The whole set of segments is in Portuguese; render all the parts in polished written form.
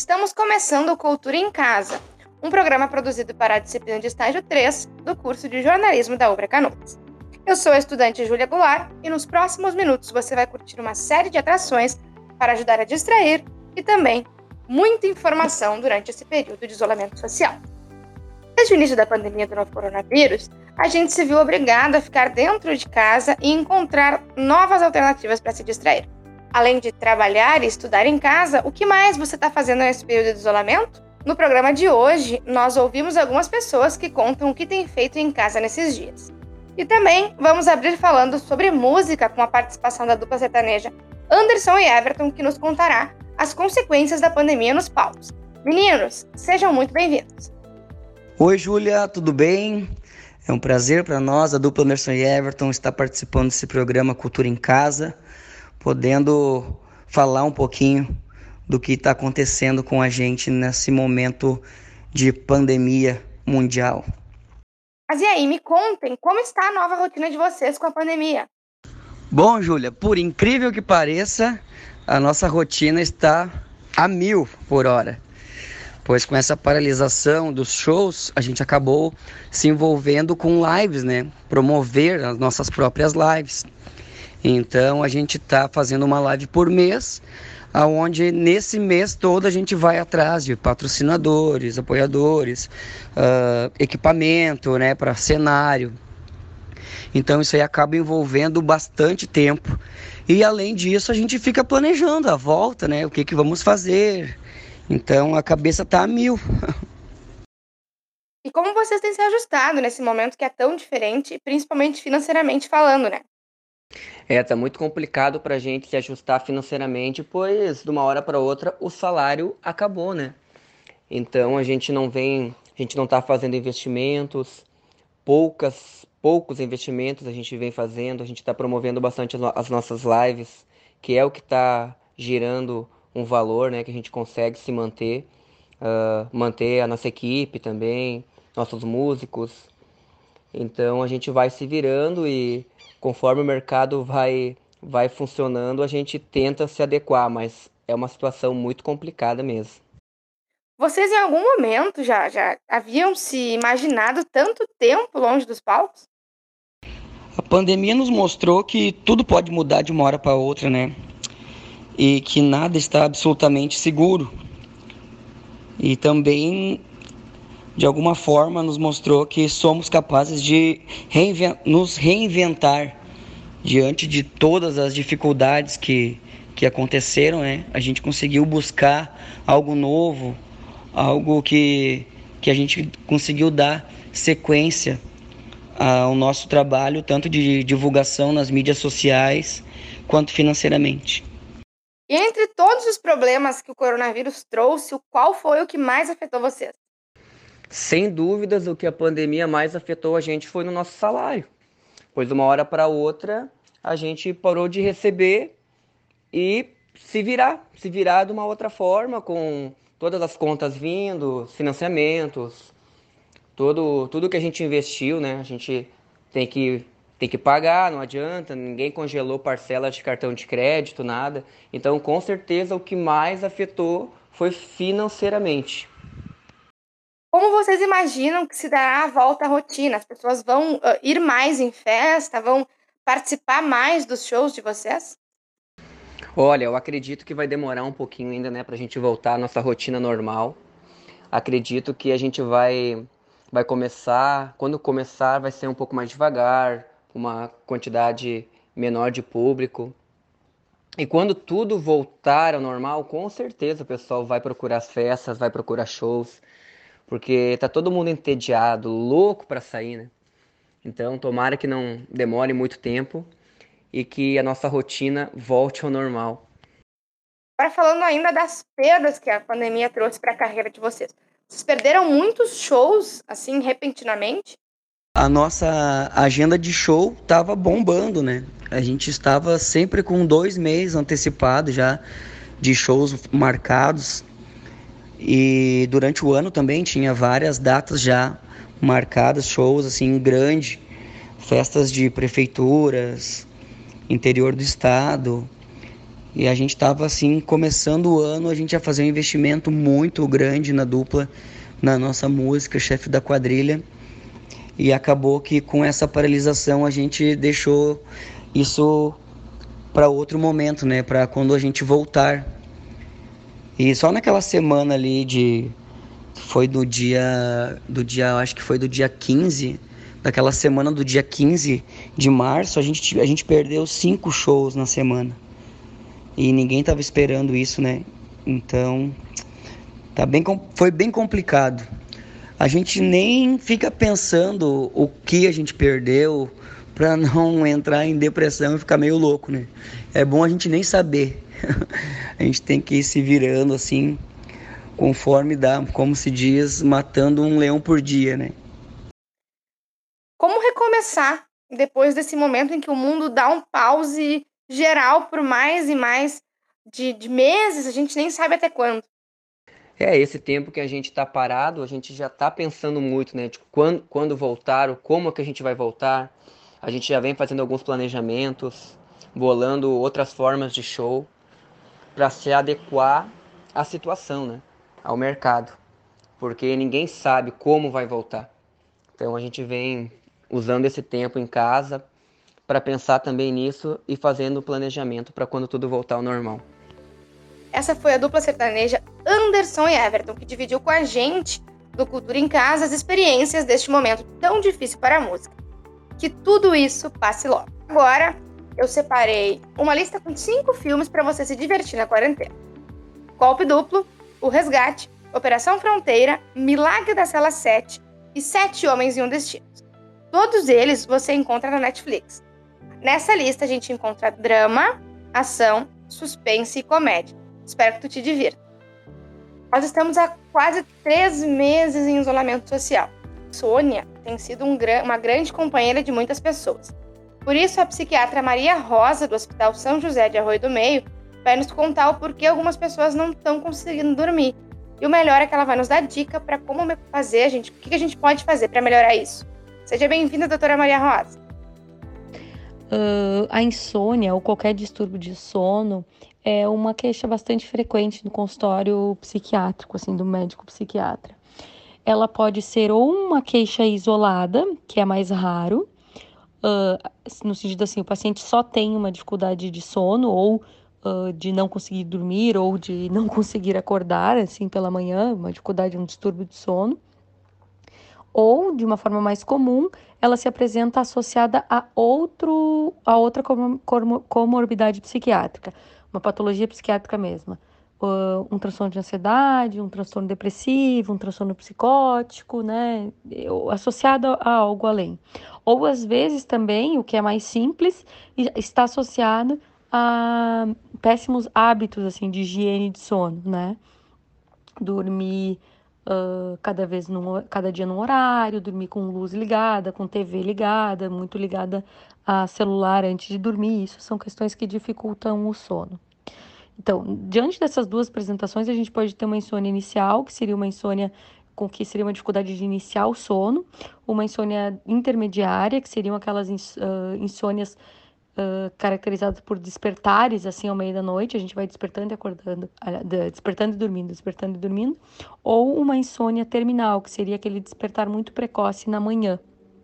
Estamos começando o Cultura em Casa, um programa produzido para a disciplina de estágio 3 do curso de jornalismo da UBRA Canoas. Eu sou a estudante Júlia Goulart e nos próximos minutos você vai curtir uma série de atrações para ajudar a distrair e também muita informação durante esse período de isolamento social. Desde o início da pandemia do novo coronavírus, a gente se viu obrigado a ficar dentro de casa e encontrar novas alternativas para se distrair. Além de trabalhar e estudar em casa, o que mais você está fazendo nesse período de isolamento? No programa de hoje, nós ouvimos algumas pessoas que contam o que têm feito em casa nesses dias. E também vamos abrir falando sobre música com a participação da dupla sertaneja Anderson e Everton, que nos contará as consequências da pandemia nos palcos. Meninos, sejam muito bem-vindos. Oi, Júlia, tudo bem? É um prazer para nós, a dupla Anderson e Everton, estar participando desse programa Cultura em Casa, podendo falar um pouquinho do que está acontecendo com a gente nesse momento de pandemia mundial. Mas e aí, me contem, como está a nova rotina de vocês com a pandemia? Bom, Júlia, por incrível que pareça, a nossa rotina está a 1000 por hora. Pois com essa paralisação dos shows, a gente acabou se envolvendo com lives, né? Promover as nossas próprias lives. Então a gente está fazendo uma live por mês, onde nesse mês todo a gente vai atrás de patrocinadores, apoiadores, equipamento, né, para cenário. Então isso aí acaba envolvendo bastante tempo. E além disso a gente fica planejando a volta, né? O que vamos fazer. Então a cabeça está a 1000. E como vocês têm se ajustado nesse momento que é tão diferente, principalmente financeiramente falando, né? Tá muito complicado para a gente se ajustar financeiramente, pois de uma hora para outra o salário acabou, né? Então a gente não está fazendo investimentos, poucos investimentos a gente vem fazendo, a gente está promovendo bastante as nossas lives, que é o que está girando um valor, né, que a gente consegue se manter, manter a nossa equipe também, nossos músicos. Então a gente vai se virando e conforme o mercado vai funcionando, a gente tenta se adequar, mas é uma situação muito complicada mesmo. Vocês em algum momento já haviam se imaginado tanto tempo longe dos palcos? A pandemia nos mostrou que tudo pode mudar de uma hora para outra, né? E que nada está absolutamente seguro. E também, de alguma forma, nos mostrou que somos capazes de nos reinventar diante de todas as dificuldades que aconteceram, né? A gente conseguiu buscar algo novo, algo que a gente conseguiu dar sequência ao nosso trabalho, tanto de divulgação nas mídias sociais, quanto financeiramente. E entre todos os problemas que o coronavírus trouxe, qual foi o que mais afetou vocês? Sem dúvidas, o que a pandemia mais afetou a gente foi no nosso salário. Pois de uma hora para outra, a gente parou de receber e se virar de uma outra forma, com todas as contas vindo, financiamentos, tudo que a gente investiu, né? A gente tem que pagar, não adianta, ninguém congelou parcela de cartão de crédito, nada. Então, com certeza, o que mais afetou foi financeiramente. Como vocês imaginam que se dará a volta à rotina? As pessoas vão ir mais em festa, vão participar mais dos shows de vocês? Olha, eu acredito que vai demorar um pouquinho ainda, né, pra gente voltar à nossa rotina normal. Acredito que a gente vai começar, quando começar vai ser um pouco mais devagar, uma quantidade menor de público. E quando tudo voltar ao normal, com certeza o pessoal vai procurar as festas, vai procurar shows, porque tá todo mundo entediado, louco para sair, né? Então, tomara que não demore muito tempo e que a nossa rotina volte ao normal. Agora falando ainda das perdas que a pandemia trouxe para a carreira de vocês. Vocês perderam muitos shows, assim, repentinamente? A nossa agenda de show estava bombando, né? A gente estava sempre com 2 meses antecipado já de shows marcados. E durante o ano também tinha várias datas já marcadas, shows assim grandes, festas de prefeituras, interior do estado. E a gente estava assim, começando o ano, a gente ia fazer um investimento muito grande na dupla, na nossa música, Chefe da Quadrilha. E acabou que com essa paralisação a gente deixou isso para outro momento, né? Para quando a gente voltar. E só naquela semana ali foi acho que foi do dia 15, daquela semana do dia 15 de março, a gente perdeu 5 shows na semana. E ninguém tava esperando isso, né? Então, foi bem complicado. A gente nem fica pensando o que a gente perdeu para não entrar em depressão e ficar meio louco, né? É bom a gente nem saber. A gente tem que ir se virando assim, conforme dá, como se diz, matando um leão por dia, né? Como recomeçar depois desse momento em que o mundo dá um pause geral por mais e mais de meses, a gente nem sabe até quando? Esse tempo que a gente está parado, a gente já está pensando muito, né? Tipo, quando voltar, ou como é que a gente vai voltar. A gente já vem fazendo alguns planejamentos, bolando outras formas de show para se adequar à situação, né? Ao mercado. Porque ninguém sabe como vai voltar. Então a gente vem usando esse tempo em casa para pensar também nisso e fazendo o planejamento para quando tudo voltar ao normal. Essa foi a dupla sertaneja Anderson e Everton, que dividiu com a gente do Cultura em Casa as experiências deste momento tão difícil para a música. Que tudo isso passe logo. Agora, eu separei uma lista com 5 filmes para você se divertir na quarentena. Golpe Duplo, O Resgate, Operação Fronteira, Milagre da Cela 7 e 7 Homens e um Destino. Todos eles você encontra na Netflix. Nessa lista a gente encontra drama, ação, suspense e comédia. Espero que tu te divirta. Nós estamos há quase 3 meses em isolamento social. Sônia tem sido uma grande companheira de muitas pessoas. Por isso, a psiquiatra Maria Rosa, do Hospital São José de Arroio do Meio, vai nos contar o porquê algumas pessoas não estão conseguindo dormir. E o melhor é que ela vai nos dar dica para como fazer, o que a gente pode fazer para melhorar isso. Seja bem-vinda, doutora Maria Rosa. A insônia ou qualquer distúrbio de sono é uma queixa bastante frequente no consultório psiquiátrico, assim, do médico psiquiatra. Ela pode ser ou uma queixa isolada, que é mais raro, no sentido assim, o paciente só tem uma dificuldade de sono ou de não conseguir dormir ou de não conseguir acordar, assim, pela manhã, uma dificuldade, um distúrbio de sono. Ou, de uma forma mais comum, ela se apresenta associada a outra comorbidade psiquiátrica, uma patologia psiquiátrica mesma. Um transtorno de ansiedade, um transtorno depressivo, um transtorno psicótico, né? Associado a algo além. Ou, às vezes, também, o que é mais simples, está associado a péssimos hábitos, assim, de higiene de sono, né? Dormir cada dia num horário, dormir com luz ligada, com TV ligada, muito ligada a celular antes de dormir. Isso são questões que dificultam o sono. Então, diante dessas duas apresentações, a gente pode ter uma insônia inicial, que seria uma insônia com que seria uma dificuldade de iniciar o sono, uma insônia intermediária, que seriam aquelas insônias caracterizadas por despertares, assim, ao meio da noite, a gente vai despertando e acordando, despertando e dormindo, ou uma insônia terminal, que seria aquele despertar muito precoce na manhã.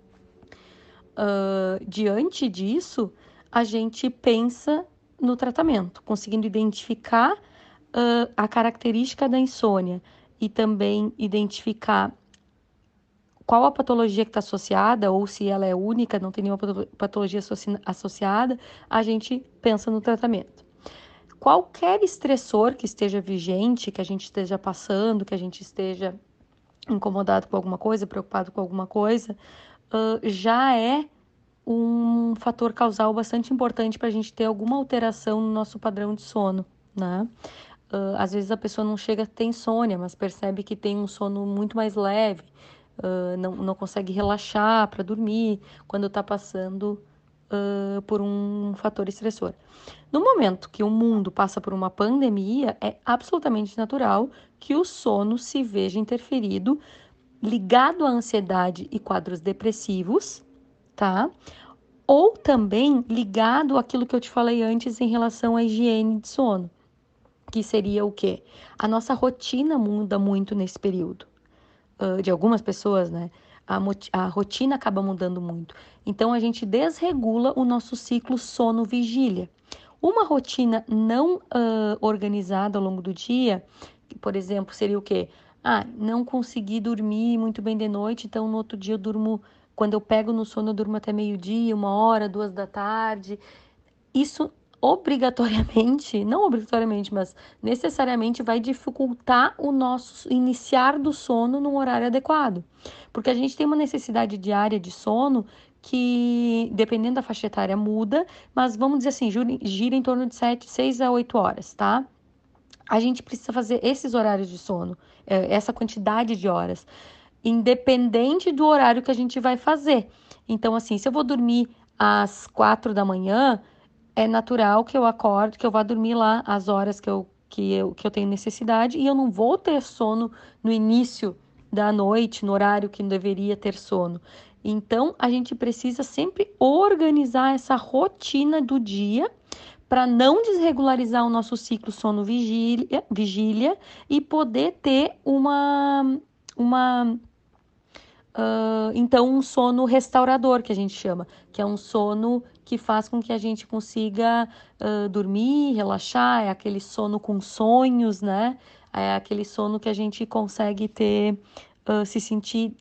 Diante disso, a gente pensa no tratamento, conseguindo identificar a característica da insônia e também identificar qual a patologia que está associada, ou se ela é única, não tem nenhuma patologia associada, a gente pensa no tratamento. Qualquer estressor que esteja vigente, que a gente esteja passando, que a gente esteja incomodado com alguma coisa, preocupado com alguma coisa, já é um fator causal bastante importante para a gente ter alguma alteração no nosso padrão de sono, né? Às vezes a pessoa não chega a ter insônia, mas percebe que tem um sono muito mais leve, não consegue relaxar para dormir quando está passando por um fator estressor. No momento que o mundo passa por uma pandemia, é absolutamente natural que o sono se veja interferido, ligado à ansiedade e quadros depressivos, tá? ou também ligado àquilo que eu te falei antes em relação à higiene de sono, que seria o quê? A nossa rotina muda muito nesse período. De algumas pessoas, né? A rotina acaba mudando muito. Então, a gente desregula o nosso ciclo sono-vigília. Uma rotina não organizada ao longo do dia, por exemplo, seria o quê? Não consegui dormir muito bem de noite, então no outro dia eu durmo, quando eu pego no sono, eu durmo até meio-dia, 1h, 2h. Isso obrigatoriamente, não obrigatoriamente, mas necessariamente vai dificultar o nosso iniciar do sono num horário adequado. Porque a gente tem uma necessidade diária de sono que, dependendo da faixa etária, muda, mas vamos dizer assim, gira em torno de 6 a 8 horas, tá? A gente precisa fazer esses horários de sono, essa quantidade de horas, independente do horário que a gente vai fazer. Então, assim, se eu vou dormir às 4 da manhã, é natural que eu acorde, que eu vá dormir lá às horas que eu tenho necessidade, e eu não vou ter sono no início da noite, no horário que não deveria ter sono. Então, a gente precisa sempre organizar essa rotina do dia para não desregularizar o nosso ciclo sono-vigília e poder ter então um sono restaurador, que a gente chama, que é um sono que faz com que a gente consiga dormir, relaxar, é aquele sono com sonhos, né? É aquele sono que a gente consegue ter, se sentir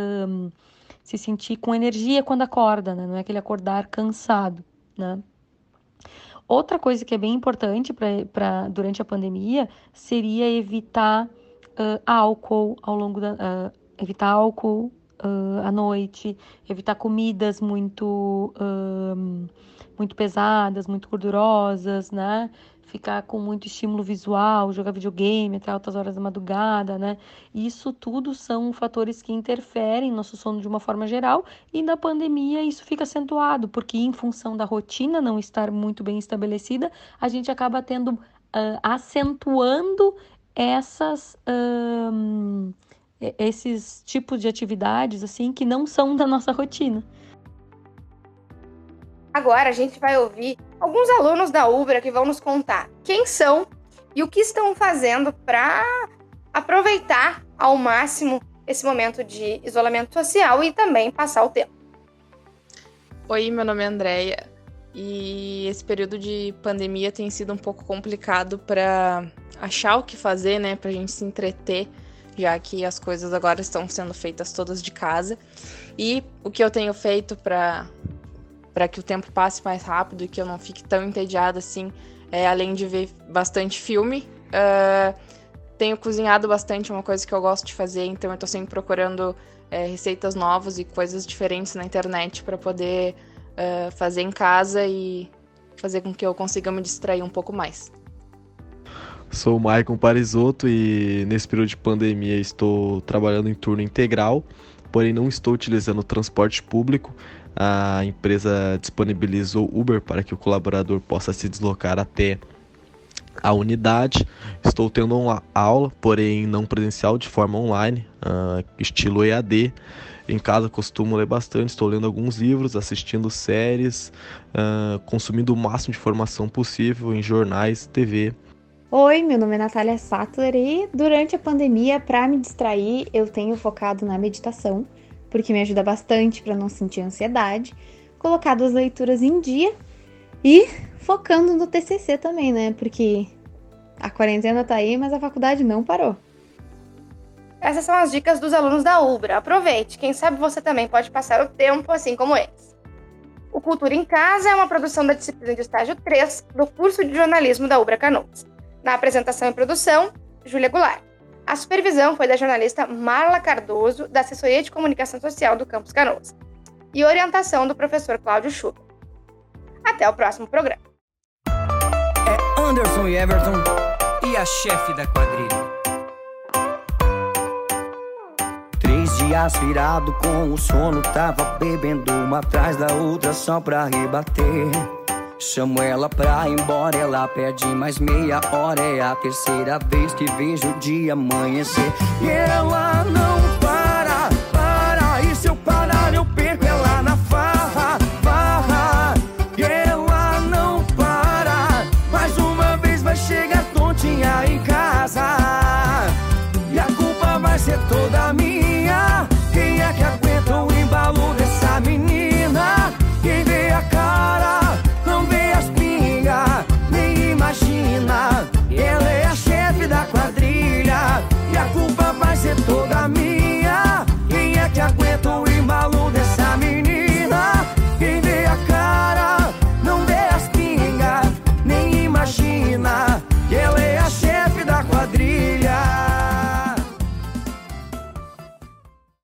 com energia quando acorda, né? Não é aquele acordar cansado, né? Outra coisa que é bem importante para durante a pandemia seria evitar álcool evitar álcool à noite, evitar comidas muito pesadas, muito gordurosas, né? Ficar com muito estímulo visual, jogar videogame até altas horas da madrugada, né? Isso tudo são fatores que interferem no nosso sono de uma forma geral, e na pandemia isso fica acentuado, porque em função da rotina não estar muito bem estabelecida, a gente acaba tendo, acentuando esses tipos de atividades, assim, que não são da nossa rotina. Agora a gente vai ouvir alguns alunos da Ubra que vão nos contar quem são e o que estão fazendo para aproveitar ao máximo esse momento de isolamento social e também passar o tempo. Oi, meu nome é Andréia e esse período de pandemia tem sido um pouco complicado para achar o que fazer, né, para a gente se entreter, já que as coisas agora estão sendo feitas todas de casa. E o que eu tenho feito para que o tempo passe mais rápido e que eu não fique tão entediada assim, além de ver bastante filme, tenho cozinhado bastante, é uma coisa que eu gosto de fazer, então eu tô sempre procurando receitas novas e coisas diferentes na internet para poder fazer em casa e fazer com que eu consiga me distrair um pouco mais. Sou o Maicon Parisotto e nesse período de pandemia estou trabalhando em turno integral, porém não estou utilizando o transporte público. A empresa disponibilizou Uber para que o colaborador possa se deslocar até a unidade. Estou tendo uma aula, porém não presencial, de forma online, estilo EAD. Em casa costumo ler bastante, estou lendo alguns livros, assistindo séries, consumindo o máximo de informação possível em jornais, TV. Oi, meu nome é Natália Sattler e durante a pandemia, para me distrair, eu tenho focado na meditação, porque me ajuda bastante para não sentir ansiedade, colocado as leituras em dia e focando no TCC também, né? Porque a quarentena tá aí, mas a faculdade não parou. Essas são as dicas dos alunos da Ubra. Aproveite, quem sabe você também pode passar o tempo assim como eles. O Cultura em Casa é uma produção da disciplina de estágio 3 do curso de jornalismo da Ubra Canoas. Na apresentação e produção, Júlia Goulart. A supervisão foi da jornalista Marla Cardoso, da Assessoria de Comunicação Social do Campus Canoas, e orientação do professor Cláudio Schuber. Até o próximo programa. É Anderson e Everton e a chefe da quadrilha. 3 dias virado com o sono, tava bebendo uma atrás da outra só pra rebater. Chamo ela pra ir embora, ela pede mais meia hora. É a terceira vez que vejo o dia amanhecer e ela não